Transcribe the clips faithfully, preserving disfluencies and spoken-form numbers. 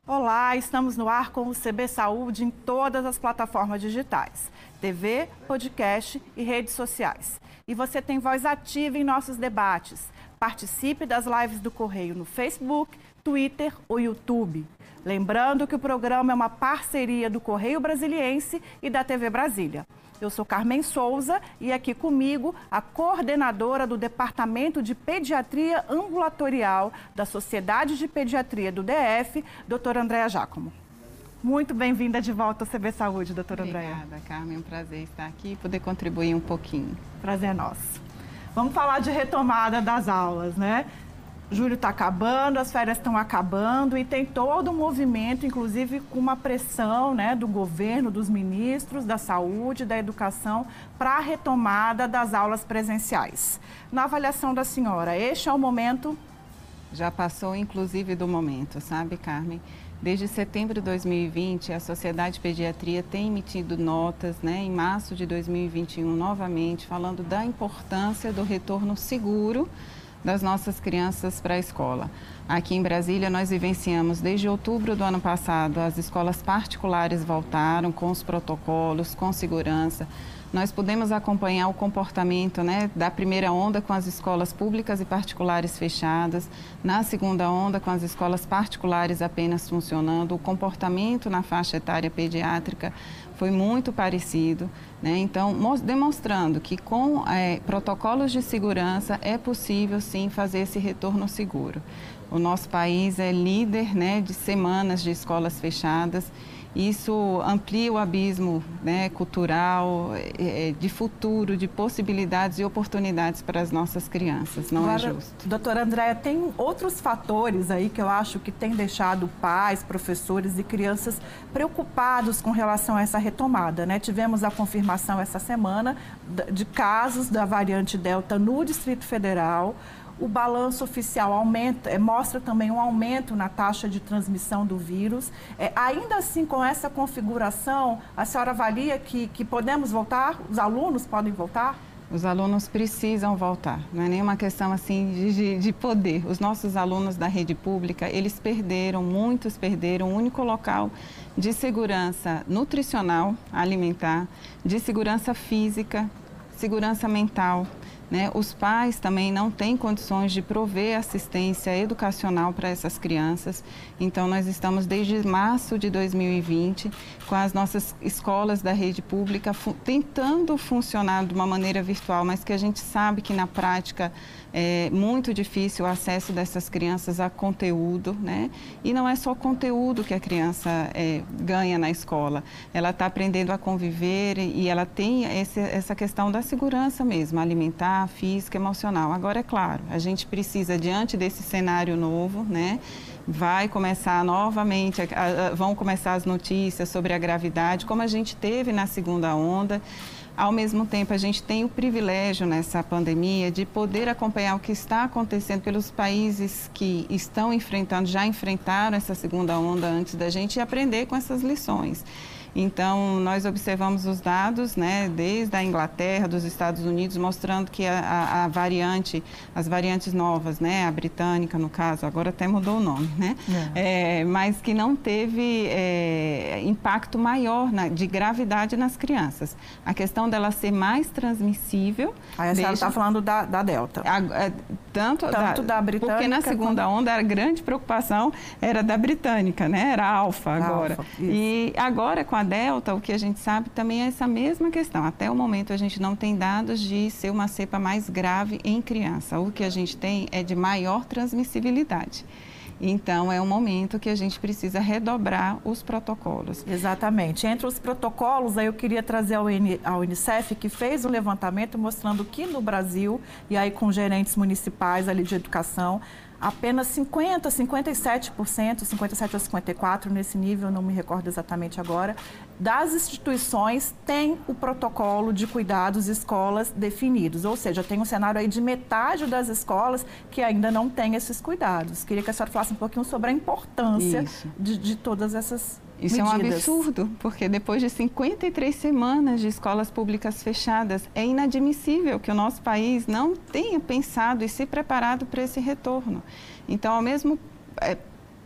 Olá, estamos no ar com o C B Saúde em todas as plataformas digitais, T V, podcast e redes sociais. E você tem voz ativa em nossos debates. Participe das lives do Correio no Facebook, Twitter ou YouTube. Lembrando que o programa é uma parceria do Correio Brasiliense e da T V Brasília. Eu sou Carmen Souza e aqui comigo a coordenadora do Departamento de Pediatria Ambulatorial da Sociedade de Pediatria do D F, doutora Andréa Giacomo. Muito bem-vinda de volta ao C B Saúde, doutora Andréa. Obrigada, Carmen. É um prazer estar aqui e poder contribuir um pouquinho. Prazer é nosso. Vamos falar de retomada das aulas, né? Julho está acabando, as férias estão acabando e tem todo um movimento, inclusive com uma pressão, né, do governo, dos ministros da saúde, da educação, para a retomada das aulas presenciais. Na avaliação da senhora, este é o momento? Já passou, inclusive, do momento, sabe, Carmen? Desde setembro de dois mil e vinte, a Sociedade de Pediatria tem emitido notas, né, em março de dois mil e vinte e um, novamente, falando da importância do retorno seguro das nossas crianças para a escola. Aqui em Brasília, nós vivenciamos desde outubro do ano passado, as escolas particulares voltaram com os protocolos, com segurança. Nós pudemos acompanhar o comportamento, né, da primeira onda com as escolas públicas e particulares fechadas, na segunda onda com as escolas particulares apenas funcionando, o comportamento na faixa etária pediátrica foi muito parecido, né? Então, demonstrando que com é, protocolos de segurança é possível sim fazer esse retorno seguro. O nosso país é líder, né, de semanas de escolas fechadas. Isso amplia o abismo, né, cultural, de futuro, de possibilidades e oportunidades para as nossas crianças. Não Agora, é justo. Doutora Andréa, tem outros fatores aí que eu acho que tem deixado pais, professores e crianças preocupados com relação a essa retomada, né? Tivemos a confirmação essa semana de casos da variante Delta no Distrito Federal. O balanço oficial aumenta, é, mostra também um aumento na taxa de transmissão do vírus. É, ainda assim, com essa configuração, a senhora avalia que, que podemos voltar? Os alunos podem voltar? Os alunos precisam voltar, não é nenhuma questão assim de, de poder. Os nossos alunos da rede pública, eles perderam, muitos perderam o único local de segurança nutricional, alimentar, de segurança física, segurança mental. Né? Os pais também não têm condições de prover assistência educacional para essas crianças. Então, nós estamos desde março de dois mil e vinte com as nossas escolas da rede pública fu- tentando funcionar de uma maneira virtual, mas que a gente sabe que na prática é muito difícil o acesso dessas crianças a conteúdo, né? E não é só conteúdo que a criança é, ganha na escola. Ela está aprendendo a conviver e ela tem esse, essa questão da segurança mesmo, alimentar, física, emocional. Agora, é claro, a gente precisa, diante desse cenário novo, né? Vai começar novamente, a, a, vão começar as notícias sobre a gravidade, como a gente teve na segunda onda. Ao mesmo tempo, a gente tem o privilégio nessa pandemia de poder acompanhar o que está acontecendo pelos países que estão enfrentando, já enfrentaram essa segunda onda antes da gente e aprender com essas lições. Então, nós observamos os dados, né, desde a Inglaterra, dos Estados Unidos, mostrando que a, a, a variante, as variantes novas, né, a britânica no caso, agora até mudou o nome, né, é. É, mas que não teve é, impacto maior na, de gravidade nas crianças. A questão dela ser mais transmissível... Aí a senhora está falando da, da Delta. A, a, tanto tanto da, da britânica... Porque na segunda como... onda a grande preocupação era da britânica, né, era a alfa agora. Alfa, e agora com a Delta, o que a gente sabe também é essa mesma questão. Até o momento a gente não tem dados de ser uma cepa mais grave em criança. O que a gente tem é de maior transmissibilidade. Então, é um momento que a gente precisa redobrar os protocolos. Exatamente. Entre os protocolos, aí eu queria trazer ao, ao Unicef, que fez um levantamento mostrando que no Brasil, e aí com gerentes municipais ali de educação, apenas cinquenta, cinquenta e sete por cento, cinquenta e sete a cinquenta e quatro por cento nesse nível, não me recordo exatamente agora, das instituições tem o protocolo de cuidados escolas definidos. Ou seja, tem um cenário aí de metade das escolas que ainda não tem esses cuidados. Queria que a senhora falasse um pouquinho sobre a importância de, de todas essas Isso medidas. É um absurdo, porque depois de cinquenta e três semanas de escolas públicas fechadas, é inadmissível que o nosso país não tenha pensado e se preparado para esse retorno. Então, ao mesmo é,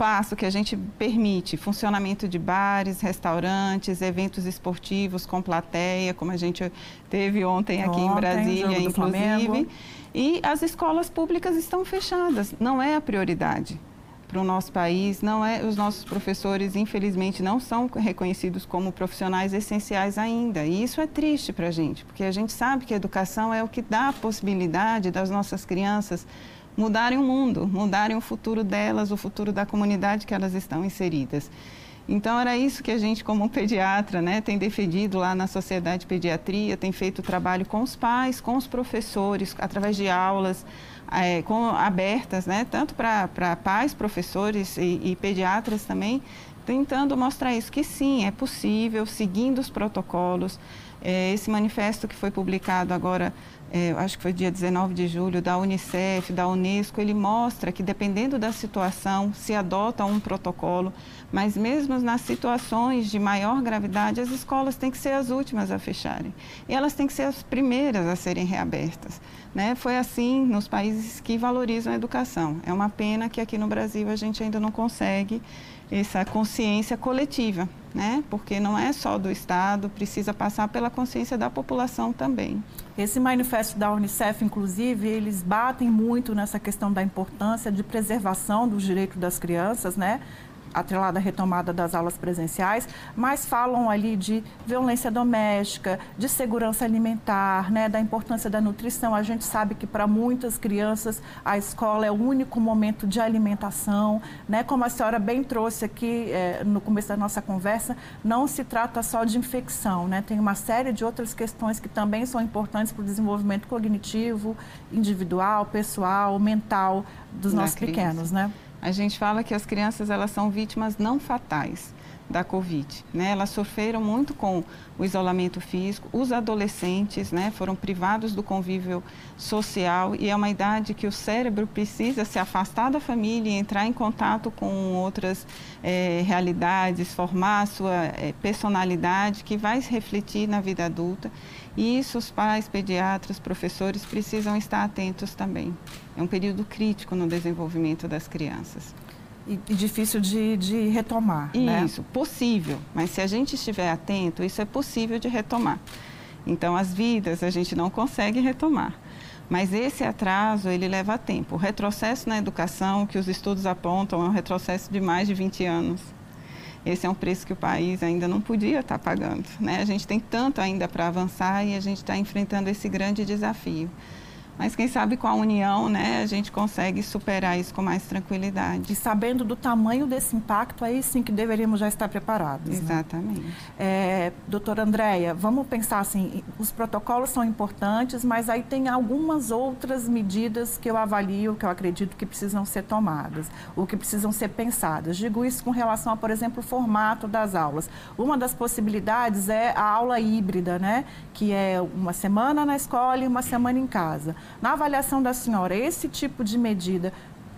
passo que a gente permite funcionamento de bares, restaurantes, eventos esportivos com plateia, como a gente teve ontem aqui ontem, em Brasília, inclusive. E as escolas públicas estão fechadas, não é a prioridade para o nosso país, não é, os nossos professores, infelizmente, não são reconhecidos como profissionais essenciais ainda. E isso é triste para a gente, porque a gente sabe que a educação é o que dá a possibilidade das nossas crianças mudarem o mundo, mudarem o futuro delas, o futuro da comunidade que elas estão inseridas. Então, era isso que a gente, como pediatra, né, tem defendido lá na Sociedade de Pediatria, tem feito trabalho com os pais, com os professores, através de aulas é, com, abertas, né, tanto para pais, professores e, e pediatras também, tentando mostrar isso, que sim, é possível, seguindo os protocolos. É, esse manifesto que foi publicado agora, é, acho que foi dia dezenove de julho, da Unicef, da Unesco, ele mostra que, dependendo da situação, se adota um protocolo, mas mesmo nas situações de maior gravidade, as escolas têm que ser as últimas a fecharem. E elas têm que ser as primeiras a serem reabertas, né? Foi assim nos países que valorizam a educação. É uma pena que aqui no Brasil a gente ainda não consegue essa consciência coletiva, né? Porque não é só do Estado, precisa passar pela consciência da população também. Esse manifesto da Unicef, inclusive, eles batem muito nessa questão da importância de preservação dos direitos das crianças, né? Atrelada à retomada das aulas presenciais, mas falam ali de violência doméstica, de segurança alimentar, né, da importância da nutrição. A gente sabe que para muitas crianças a escola é o único momento de alimentação, né? Como a senhora bem trouxe aqui é, no começo da nossa conversa, não se trata só de infecção, né? Tem uma série de outras questões que também são importantes para o desenvolvimento cognitivo, individual, pessoal, mental dos nossos pequenos, né? A gente fala que as crianças, elas são vítimas não fatais da Covid, né? Elas sofreram muito com o isolamento físico, os adolescentes, né, foram privados do convívio social e é uma idade que o cérebro precisa se afastar da família e entrar em contato com outras é, realidades, formar a sua é, personalidade que vai se refletir na vida adulta. E isso os pais, pediatras, professores precisam estar atentos também. É um período crítico no desenvolvimento das crianças. E, e difícil de, de retomar, né? Isso, possível. Mas se a gente estiver atento, isso é possível de retomar. Então, as vidas a gente não consegue retomar. Mas esse atraso, ele leva tempo. O retrocesso na educação, que os estudos apontam, é um retrocesso de mais de vinte anos. Esse é um preço que o país ainda não podia estar pagando, né? A gente tem tanto ainda para avançar e a gente está enfrentando esse grande desafio. Mas quem sabe com a união, né, a gente consegue superar isso com mais tranquilidade. E sabendo do tamanho desse impacto, aí sim que deveríamos já estar preparados. Exatamente. Né? É, doutora Andréia, vamos pensar assim, os protocolos são importantes, mas aí tem algumas outras medidas que eu avalio, que eu acredito que precisam ser tomadas, ou que precisam ser pensadas. Digo isso com relação a, por exemplo, o formato das aulas. Uma das possibilidades é a aula híbrida, né, que é uma semana na escola e uma semana em casa. Na avaliação da senhora, esse tipo de medida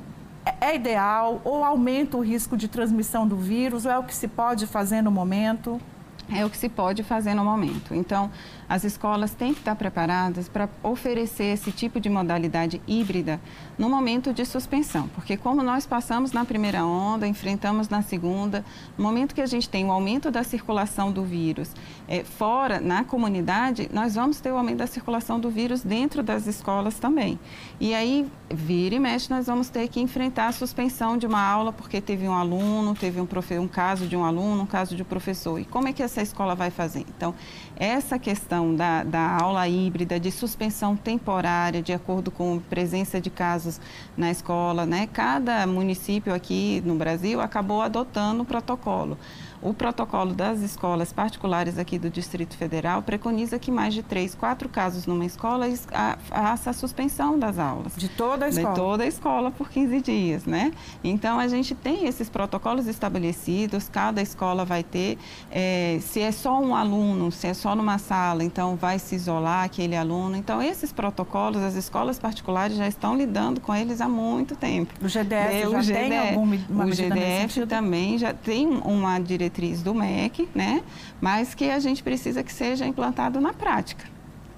é ideal ou aumenta o risco de transmissão do vírus ou é o que se pode fazer no momento? É o que se pode fazer no momento. Então, as escolas têm que estar preparadas para oferecer esse tipo de modalidade híbrida no momento de suspensão. Porque como nós passamos na primeira onda, enfrentamos na segunda, no momento que a gente tem o aumento da circulação do vírus é, fora, na comunidade, nós vamos ter o aumento da circulação do vírus dentro das escolas também. E aí, vira e mexe, nós vamos ter que enfrentar a suspensão de uma aula porque teve um aluno, teve um, profe, um caso de um aluno, um caso de um professor. E como é que essa escola vai fazer? Então, essa questão Da, da aula híbrida, de suspensão temporária, de acordo com presença de casos na escola, né? Cada município aqui no Brasil acabou adotando o protocolo. O protocolo das escolas particulares aqui do Distrito Federal preconiza que mais de três, quatro casos numa escola faça a suspensão das aulas. De toda a escola? De toda a escola por quinze dias, né? Então, a gente tem esses protocolos estabelecidos, cada escola vai ter. É, se é só um aluno, se é só numa sala, então vai se isolar aquele aluno. Então, esses protocolos, as escolas particulares já estão lidando com eles há muito tempo. O G D F já o G D F, tem alguma O G D F também já tem uma diretriz do M E C, né? Mas que a gente precisa que seja implantado na prática.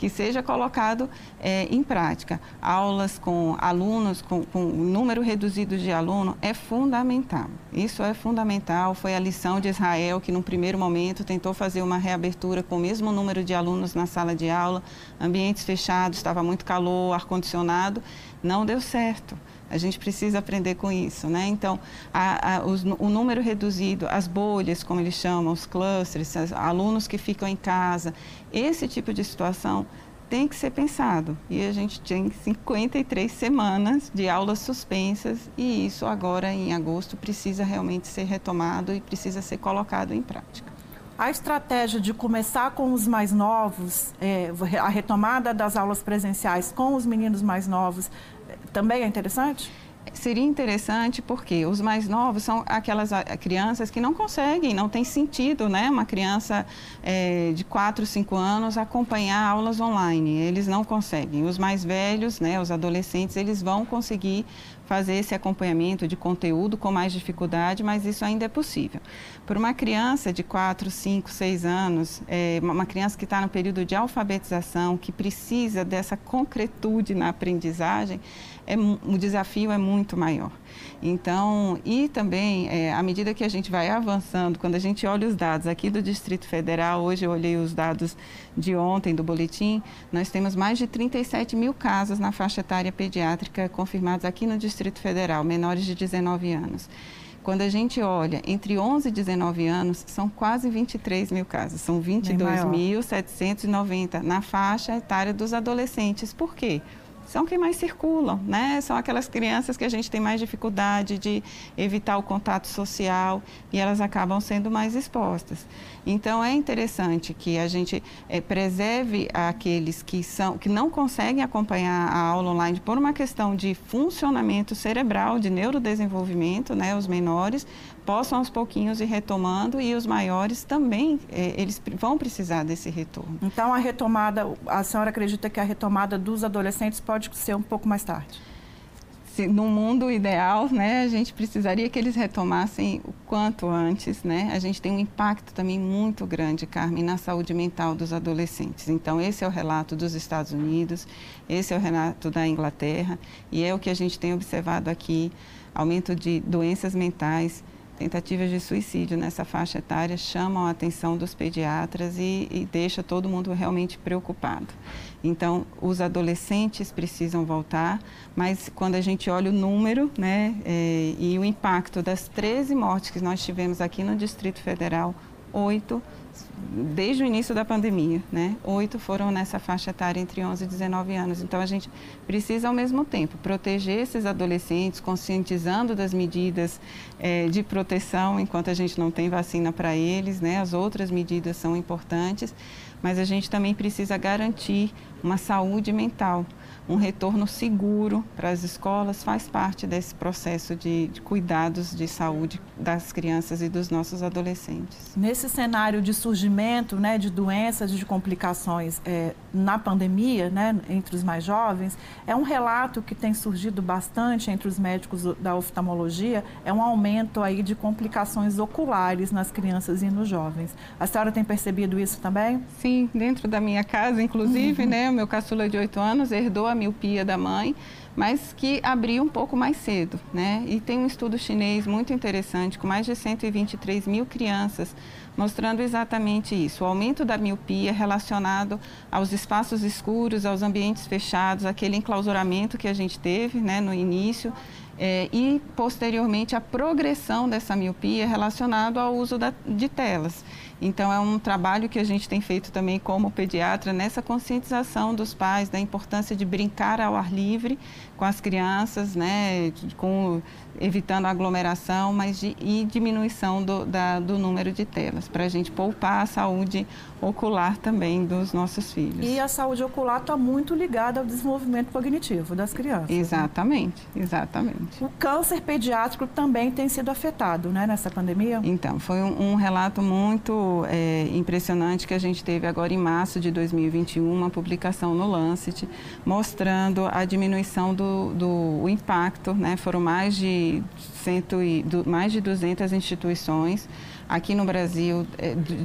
que seja colocado é, em prática. Aulas com alunos, com, com um número reduzido de aluno, é fundamental. Isso é fundamental. Foi a lição de Israel, que num primeiro momento tentou fazer uma reabertura com o mesmo número de alunos na sala de aula, ambientes fechados, estava muito calor, ar-condicionado, não deu certo. A gente precisa aprender com isso, né? Então, a, a, os, o número reduzido, as bolhas, como eles chamam, os clusters, os alunos que ficam em casa, esse tipo de situação tem que ser pensado. E a gente tem cinquenta e três semanas de aulas suspensas e isso agora, em agosto, precisa realmente ser retomado e precisa ser colocado em prática. A estratégia de começar com os mais novos, é, a retomada das aulas presenciais com os meninos mais novos, também é interessante? Seria interessante porque os mais novos são aquelas crianças que não conseguem, não tem sentido, né? Uma criança é, de quatro, cinco anos acompanhar aulas online, eles não conseguem. Os mais velhos, né, os adolescentes, eles vão conseguir fazer esse acompanhamento de conteúdo com mais dificuldade, mas isso ainda é possível. Para uma criança de quatro, cinco, seis anos, é, uma criança que está no período de alfabetização, que precisa dessa concretude na aprendizagem, é, o desafio é muito maior. Então, e também, é, à medida que a gente vai avançando, quando a gente olha os dados aqui do Distrito Federal, hoje eu olhei os dados de ontem do boletim, nós temos mais de trinta e sete mil casos na faixa etária pediátrica confirmados aqui no Distrito Federal, menores de dezenove anos. Quando a gente olha entre onze e dezenove anos, são quase vinte e três mil casos, são vinte e dois mil setecentos e noventa na faixa etária dos adolescentes. Por quê? São quem mais circulam, né? São aquelas crianças que a gente tem mais dificuldade de evitar o contato social e elas acabam sendo mais expostas. Então, é interessante que a gente é, preserve aqueles que, são, que não conseguem acompanhar a aula online por uma questão de funcionamento cerebral, de neurodesenvolvimento, né? Os menores possam aos pouquinhos ir retomando e os maiores também, é, eles vão precisar desse retorno. Então, a retomada, a senhora acredita que a retomada dos adolescentes pode ser um pouco mais tarde? Se, no mundo ideal, né, a gente precisaria que eles retomassem o quanto antes, né? A gente tem um impacto também muito grande, Carmen, na saúde mental dos adolescentes. Então, esse é o relato dos Estados Unidos, esse é o relato da Inglaterra e é o que a gente tem observado aqui, aumento de doenças mentais, tentativas de suicídio nessa faixa etária chamam a atenção dos pediatras e, e deixa todo mundo realmente preocupado. Então, os adolescentes precisam voltar, mas quando a gente olha o número, né, é, e o impacto das treze mortes que nós tivemos aqui no Distrito Federal, oito, desde o início da pandemia, né, oito foram nessa faixa etária entre onze e dezenove anos. Então, a gente precisa, ao mesmo tempo, proteger esses adolescentes, conscientizando das medidas é, de proteção, enquanto a gente não tem vacina para eles, né, as outras medidas são importantes, mas a gente também precisa garantir uma saúde mental. Um retorno seguro para as escolas faz parte desse processo de, de cuidados de saúde das crianças e dos nossos adolescentes. Nesse cenário de surgimento, né, de doenças, de complicações é, na pandemia, né, entre os mais jovens, é um relato que tem surgido bastante entre os médicos da oftalmologia, é um aumento aí de complicações oculares nas crianças e nos jovens. A senhora tem percebido isso também? Sim, dentro da minha casa, inclusive, uhum. né, o meu caçula de oito anos herdou a miopia da mãe, mas que abriu um pouco mais cedo, né? E tem um estudo chinês muito interessante, com mais de cento e vinte e três mil crianças, mostrando exatamente isso, o aumento da miopia relacionado aos espaços escuros, aos ambientes fechados, aquele enclausuramento que a gente teve, né, no início, é, e posteriormente a progressão dessa miopia relacionado ao uso da, de telas. Então, é um trabalho que a gente tem feito também como pediatra nessa conscientização dos pais da importância de brincar ao ar livre com as crianças, né, com, evitando a aglomeração, mas de, e diminuição do, da, do número de telas, para a gente poupar a saúde ocular também dos nossos filhos. E a saúde ocular está muito ligada ao desenvolvimento cognitivo das crianças. Exatamente, né? exatamente. O câncer pediátrico também tem sido afetado, né, nessa pandemia? Então, foi um, um relato muito É, impressionante que a gente teve agora em março de dois mil e vinte e um, uma publicação no Lancet, mostrando a diminuição do, do o impacto, né? Foram mais de, cento e, do, mais de duzentas instituições aqui no Brasil, é, de, de,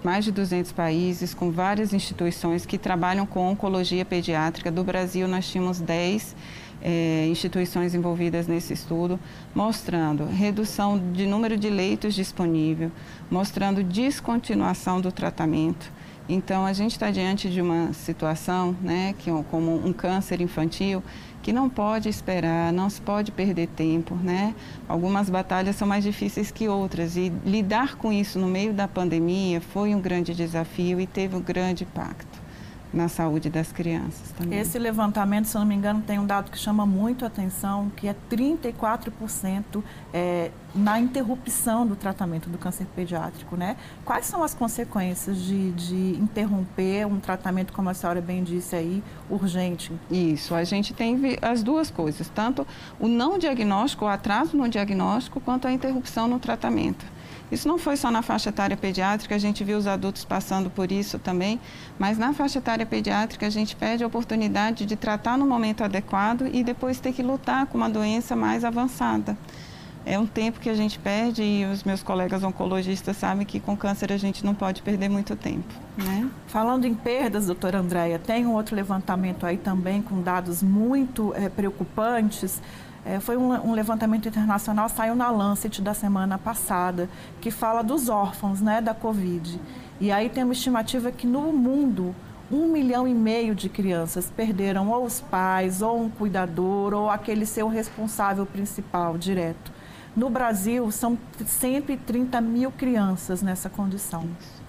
mais de duzentos países, com várias instituições que trabalham com oncologia pediátrica. Do Brasil, nós tínhamos dez é, instituições envolvidas nesse estudo, mostrando redução de número de leitos disponível, mostrando descontinuação do tratamento. Então, a gente está diante de uma situação, né, que, como um câncer infantil, que não pode esperar, não se pode perder tempo, né? Algumas batalhas são mais difíceis que outras e lidar com isso no meio da pandemia foi um grande desafio e teve um grande impacto na saúde das crianças também. Esse levantamento, se eu não me engano, tem um dado que chama muito a atenção, que é trinta e quatro por cento é, na interrupção do tratamento do câncer pediátrico, né? Quais são as consequências de, de interromper um tratamento, como a senhora bem disse aí, urgente? Isso, a gente tem as duas coisas, tanto o não diagnóstico, o atraso no diagnóstico, quanto a interrupção no tratamento. Isso não foi só na faixa etária pediátrica, a gente viu os adultos passando por isso também, mas na faixa etária pediátrica a gente perde a oportunidade de tratar no momento adequado e depois ter que lutar com uma doença mais avançada. É um tempo que a gente perde e os meus colegas oncologistas sabem que com câncer a gente não pode perder muito tempo, né? Falando em perdas, doutora Andréia, tem um outro levantamento aí também com dados muito é, preocupantes. É, foi um, um levantamento internacional, saiu na Lancet da semana passada, que fala dos órfãos, né, da Covid. E aí tem uma estimativa que no mundo, um milhão e meio de crianças perderam ou os pais, ou um cuidador, ou aquele seu responsável principal, direto. No Brasil, são cento e trinta mil crianças nessa condição.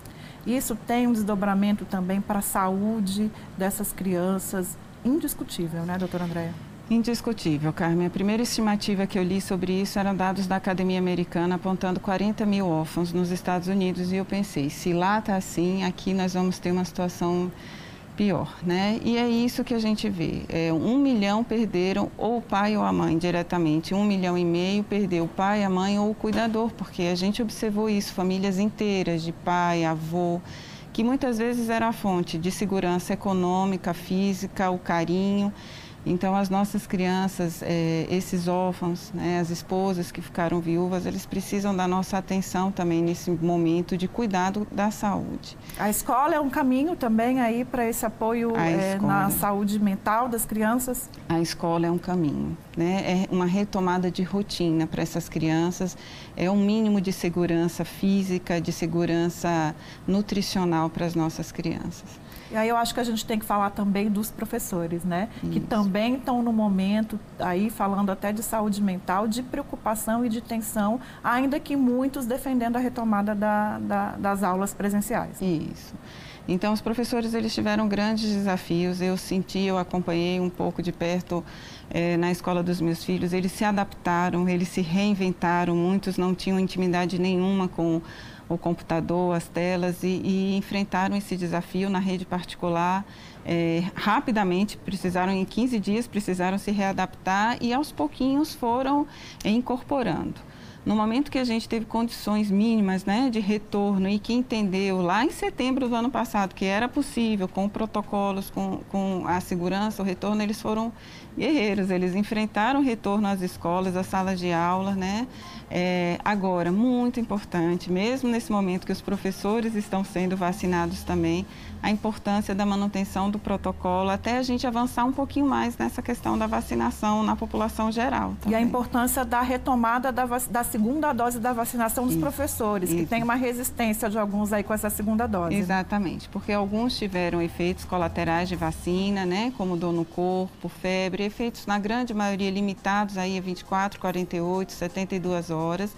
Isso tem um desdobramento também para a saúde dessas crianças, indiscutível, né, doutora Andréia? Indiscutível, Carmen. A primeira estimativa que eu li sobre isso eram dados da Academia Americana apontando quarenta mil órfãos nos Estados Unidos e eu pensei, se lá está assim, aqui nós vamos ter uma situação pior, né? E é isso que a gente vê. É, um milhão perderam ou o pai ou a mãe diretamente, um milhão e meio perdeu o pai, a mãe ou o cuidador, porque a gente observou isso, famílias inteiras de pai, avô, que muitas vezes era a fonte de segurança econômica, física, o carinho. Então, as nossas crianças, é, esses órfãos, né, as esposas que ficaram viúvas, eles precisam da nossa atenção também nesse momento de cuidado da saúde. A escola é um caminho também aí para esse apoio é, na saúde mental das crianças? A escola é um caminho, né? É uma retomada de rotina para essas crianças, é um mínimo de segurança física, de segurança nutricional para as nossas crianças. E aí eu acho que a gente tem que falar também dos professores, né? Isso. Que também estão no momento, aí falando até de saúde mental, de preocupação e de tensão, ainda que muitos defendendo a retomada da, da, das aulas presenciais. Isso. Então, os professores, eles tiveram grandes desafios. Eu senti, eu acompanhei um pouco de perto eh, na escola dos meus filhos. Eles se adaptaram, eles se reinventaram. Muitos não tinham intimidade nenhuma com o computador, as telas, e, e enfrentaram esse desafio na rede particular. É, rapidamente, precisaram, em quinze dias, precisaram se readaptar e aos pouquinhos foram é, incorporando. No momento que a gente teve condições mínimas, né, de retorno e que entendeu lá em setembro do ano passado que era possível, com protocolos, com, com a segurança, o retorno, eles foram guerreiros, eles enfrentaram o retorno às escolas, às salas de aula, né? É, agora, muito importante, mesmo nesse momento que os professores estão sendo vacinados também, a importância da manutenção do protocolo, até a gente avançar um pouquinho mais nessa questão da vacinação na população geral também. E a importância da retomada da, da segunda dose da vacinação dos isso, professores, isso. que tem uma resistência de alguns aí com essa segunda dose. Exatamente, porque alguns tiveram efeitos colaterais de vacina, né, como dor no corpo, febre, efeitos na grande maioria limitados aí a vinte e quatro, quarenta e oito, setenta e duas horas.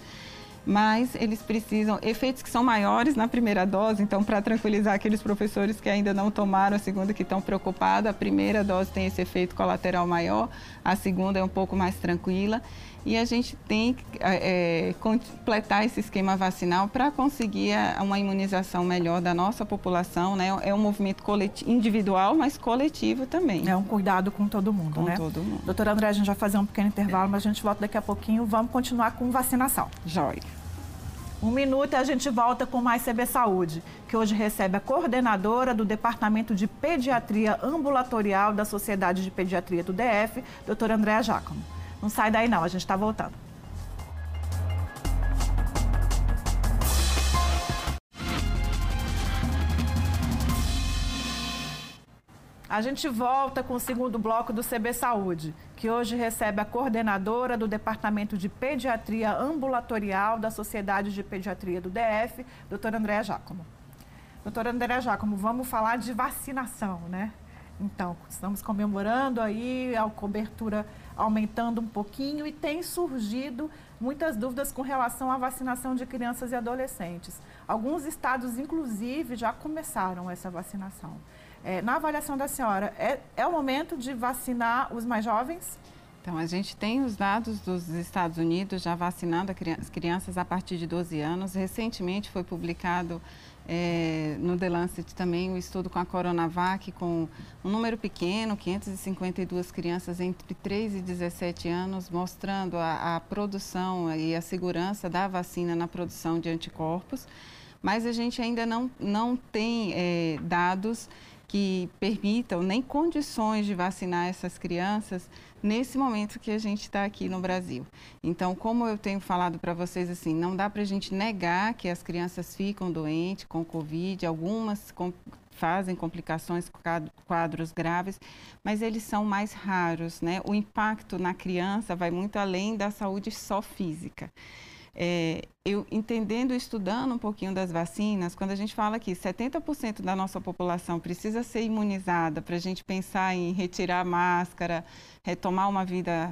Mas eles precisam, efeitos que são maiores na primeira dose, então para tranquilizar aqueles professores que ainda não tomaram a segunda, que estão preocupados, a primeira dose tem esse efeito colateral maior, a segunda é um pouco mais tranquila e a gente tem que é, completar esse esquema vacinal para conseguir a, uma imunização melhor da nossa população, né? É um movimento coletivo, individual, mas coletivo também. É um cuidado com todo mundo, com né? Com todo mundo. Doutora André, a gente vai fazer um pequeno intervalo, mas a gente volta daqui a pouquinho, vamos continuar com vacinação. Jóia. Um minuto e a gente volta com mais C B Saúde, que hoje recebe a coordenadora do Departamento de Pediatria Ambulatorial da Sociedade de Pediatria do D F, doutora Andréa Giacomo. Não sai daí não, a gente está voltando. A gente volta com o segundo bloco do C B Saúde, que hoje recebe a coordenadora do Departamento de Pediatria Ambulatorial da Sociedade de Pediatria do D F, doutora Andréa Giacomo. Doutora Andréa Giacomo, vamos falar de vacinação, né? Então, estamos comemorando aí a cobertura aumentando um pouquinho e tem surgido muitas dúvidas com relação à vacinação de crianças e adolescentes. Alguns estados, inclusive, já começaram essa vacinação. É, na avaliação da senhora, é, é o momento de vacinar os mais jovens? Então, a gente tem os dados dos Estados Unidos já vacinando as crianças a partir de doze anos. Recentemente foi publicado é, no The Lancet também o estudo com a Coronavac, com um número pequeno, quinhentas e cinquenta e duas crianças entre três e dezessete anos, mostrando a, a produção e a segurança da vacina na produção de anticorpos. Mas a gente ainda não, não tem é, dados que permitam nem condições de vacinar essas crianças nesse momento que a gente está aqui no Brasil. Então, como eu tenho falado para vocês, assim, não dá para a gente negar que as crianças ficam doentes com Covid, algumas com, fazem complicações, quadros graves, mas eles são mais raros, né? O impacto na criança vai muito além da saúde só física. É, eu entendendo e estudando um pouquinho das vacinas, quando a gente fala que setenta por cento da nossa população precisa ser imunizada para a gente pensar em retirar a máscara, retomar uma vida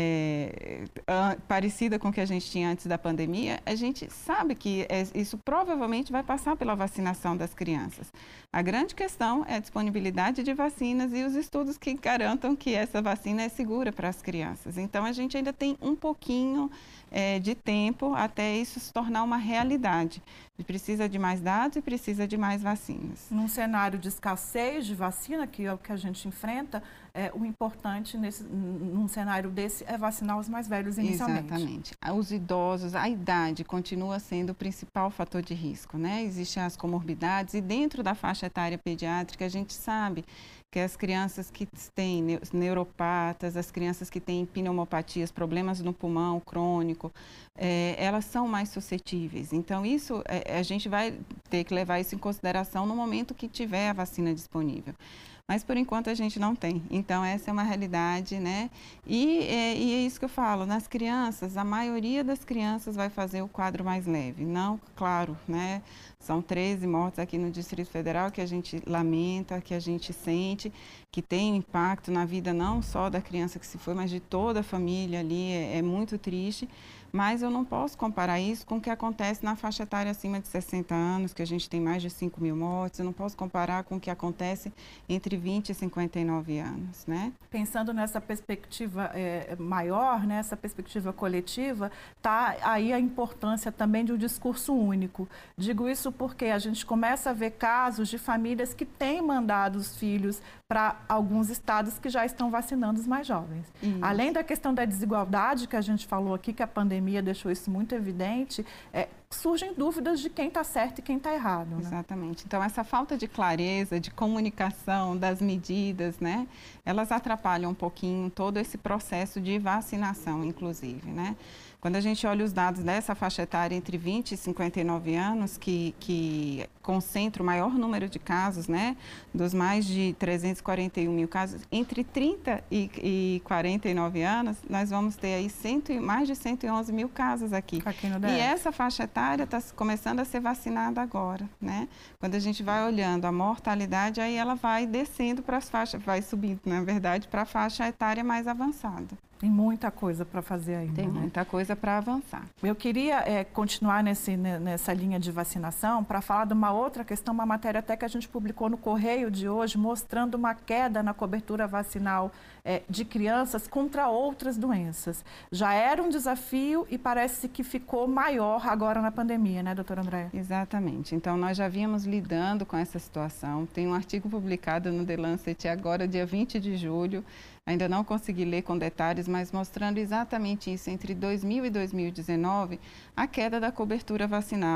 é, parecida com o que a gente tinha antes da pandemia, a gente sabe que é, isso provavelmente vai passar pela vacinação das crianças. A grande questão é a disponibilidade de vacinas e os estudos que garantam que essa vacina é segura para as crianças. Então, a gente ainda tem um pouquinho é, de tempo até isso se tornar uma realidade. Precisa de mais dados e precisa de mais vacinas. Num cenário de escassez de vacina, que é o que a gente enfrenta, é, o importante nesse, num cenário desse é vacinar os mais velhos inicialmente. Exatamente. Os idosos, a idade continua sendo o principal fator de risco, né? Existem as comorbidades e dentro da faixa etária pediátrica a gente sabe que as crianças que têm neuropatas, as crianças que têm pneumopatias, problemas no pulmão crônico, é, elas são mais suscetíveis. Então, isso, é, a gente vai ter que levar isso em consideração no momento que tiver a vacina disponível. Mas, por enquanto, a gente não tem. Então, essa é uma realidade, né? E é, e é isso que eu falo, nas crianças, a maioria das crianças vai fazer o quadro mais leve. Não, claro, né? São treze mortes aqui no Distrito Federal que a gente lamenta, que a gente sente, que tem impacto na vida não só da criança que se foi, mas de toda a família ali. É, é muito triste. Mas eu não posso comparar isso com o que acontece na faixa etária acima de sessenta anos, que a gente tem mais de cinco mil mortes. Eu não posso comparar com o que acontece entre vinte e cinquenta e nove anos, né? Pensando nessa perspectiva é, maior, nessa perspectiva coletiva, está aí a importância também de um discurso único. Digo isso porque a gente começa a ver casos de famílias que têm mandado os filhos para alguns estados que já estão vacinando os mais jovens. Isso. Além da questão da desigualdade que a gente falou aqui, que a pandemia deixou isso muito evidente, é, surgem dúvidas de quem está certo e quem está errado. Né? Exatamente. Então, essa falta de clareza, de comunicação das medidas, né, elas atrapalham um pouquinho todo esse processo de vacinação, inclusive, né? Quando a gente olha os dados dessa faixa etária entre vinte e cinquenta e nove anos, que, que concentra o maior número de casos, né, dos mais de trezentos e quarenta e um mil casos, entre trinta e quarenta e nove anos, nós vamos ter aí cento, mais de cento e onze mil casos aqui. aqui no D F. E essa faixa etária está começando a ser vacinada agora, né? Quando a gente vai olhando a mortalidade, aí ela vai descendo para as faixas, vai subindo, na verdade, para a faixa etária mais avançada. Tem muita coisa para fazer ainda. Tem né? muita coisa para avançar. Eu queria é, continuar nesse, nessa linha de vacinação para falar de uma outra questão, uma matéria até que a gente publicou no Correio de hoje, mostrando uma queda na cobertura vacinal é, de crianças contra outras doenças. Já era um desafio e parece que ficou maior agora na pandemia, né, doutora Andréa? Exatamente. Então, nós já vínhamos lidando com essa situação. Tem um artigo publicado no The Lancet agora, dia vinte de julho, ainda não consegui ler com detalhes, mas mostrando exatamente isso, entre dois mil e dois mil e dezenove, a queda da cobertura vacinal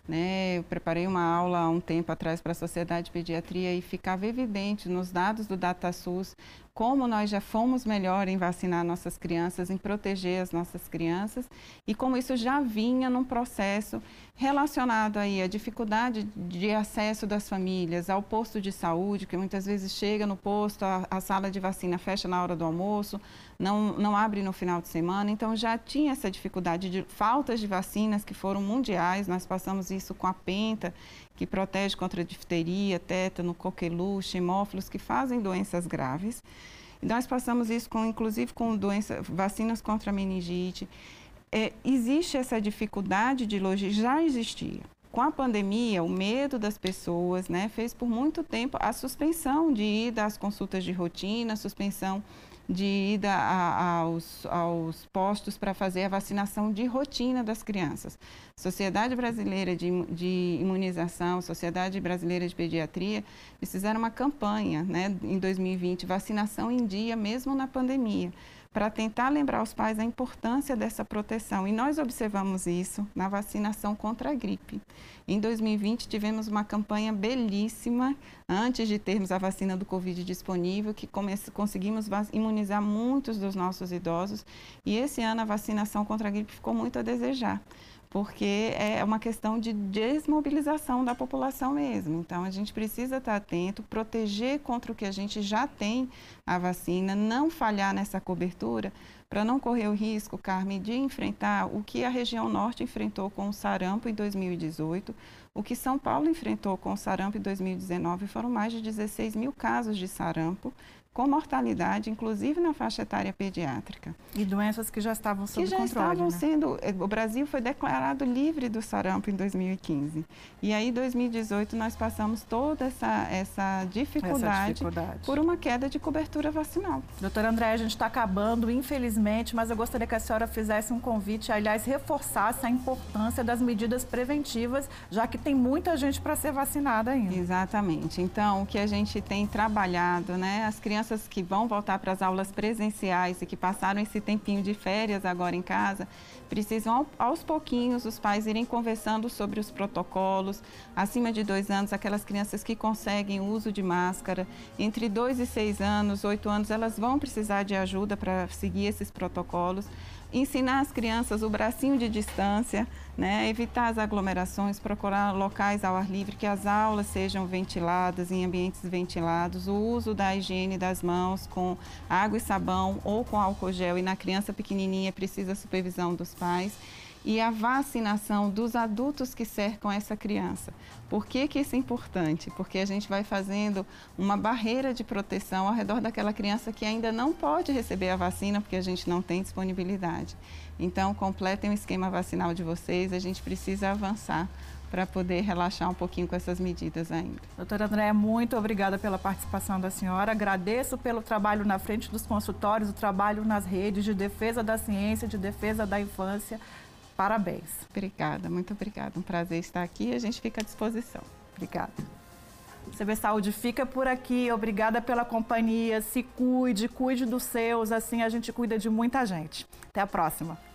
né? Eu preparei uma aula há um tempo atrás para a Sociedade de Pediatria e ficava evidente nos dados do DataSUS como nós já fomos melhor em vacinar nossas crianças, em proteger as nossas crianças e como isso já vinha num processo relacionado aí à dificuldade de acesso das famílias ao posto de saúde, que muitas vezes chega no posto, a, a sala de vacina fecha na hora do almoço, não, não abre no final de semana, então já tinha essa dificuldade de faltas de vacinas que foram mundiais, nós passamos isso com a Penta, que protege contra difteria, tétano, coqueluche, hemófilos, que fazem doenças graves. E nós passamos isso, com, inclusive, com doença, vacinas contra meningite. É, existe essa dificuldade de logística, já existia. Com a pandemia, o medo das pessoas, né, fez por muito tempo a suspensão de ida às consultas de rotina, a suspensão de ida a, aos, aos postos para fazer a vacinação de rotina das crianças. Sociedade Brasileira de, de Imunização, Sociedade Brasileira de Pediatria, eles fizeram uma campanha, né, em dois mil e vinte, vacinação em dia, mesmo na pandemia, para tentar lembrar os pais a importância dessa proteção. E nós observamos isso na vacinação contra a gripe. Em dois mil e vinte, tivemos uma campanha belíssima, antes de termos a vacina do Covid disponível, que conseguimos imunizar muitos dos nossos idosos. E esse ano a vacinação contra a gripe ficou muito a desejar, porque é uma questão de desmobilização da população mesmo. Então, a gente precisa estar atento, proteger contra o que a gente já tem a vacina, não falhar nessa cobertura, para não correr o risco, Carmen, de enfrentar o que a região norte enfrentou com o sarampo em dois mil e dezoito, o que São Paulo enfrentou com o sarampo em dois mil e dezenove, foram mais de dezesseis mil casos de sarampo, com mortalidade, inclusive na faixa etária pediátrica. E doenças que já estavam sob que já controle, estavam né? sendo... O Brasil foi declarado livre do sarampo em dois mil e quinze. E aí, em dois mil e dezoito, nós passamos toda essa, essa, dificuldade, essa dificuldade por uma queda de cobertura vacinal. Doutora Andréia, a gente está acabando, infelizmente, mas eu gostaria que a senhora fizesse um convite, aliás, reforçasse a importância das medidas preventivas, já que tem muita gente para ser vacinada ainda. Exatamente. Então, o que a gente tem trabalhado, né, as crianças que vão voltar para as aulas presenciais e que passaram esse tempinho de férias agora em casa, precisam aos pouquinhos os pais irem conversando sobre os protocolos. Acima de dois anos, aquelas crianças que conseguem o uso de máscara, entre dois e seis anos, oito anos, elas vão precisar de ajuda para seguir esses protocolos. Ensinar as crianças o bracinho de distância, né? Evitar as aglomerações, procurar locais ao ar livre, que as aulas sejam ventiladas, em ambientes ventilados, o uso da higiene das mãos com água e sabão ou com álcool gel, e na criança pequenininha precisa supervisão dos pais. E a vacinação dos adultos que cercam essa criança. Por que que isso é importante? Porque a gente vai fazendo uma barreira de proteção ao redor daquela criança que ainda não pode receber a vacina, porque a gente não tem disponibilidade. Então, completem o esquema vacinal de vocês, a gente precisa avançar para poder relaxar um pouquinho com essas medidas ainda. Doutora Andréia, muito obrigada pela participação da senhora. Agradeço pelo trabalho na frente dos consultórios, o trabalho nas redes de defesa da ciência, de defesa da infância. Parabéns. Obrigada, muito obrigada. Um prazer estar aqui e a gente fica à disposição. Obrigada. O C B Saúde fica por aqui. Obrigada pela companhia. Se cuide, cuide dos seus. Assim a gente cuida de muita gente. Até a próxima.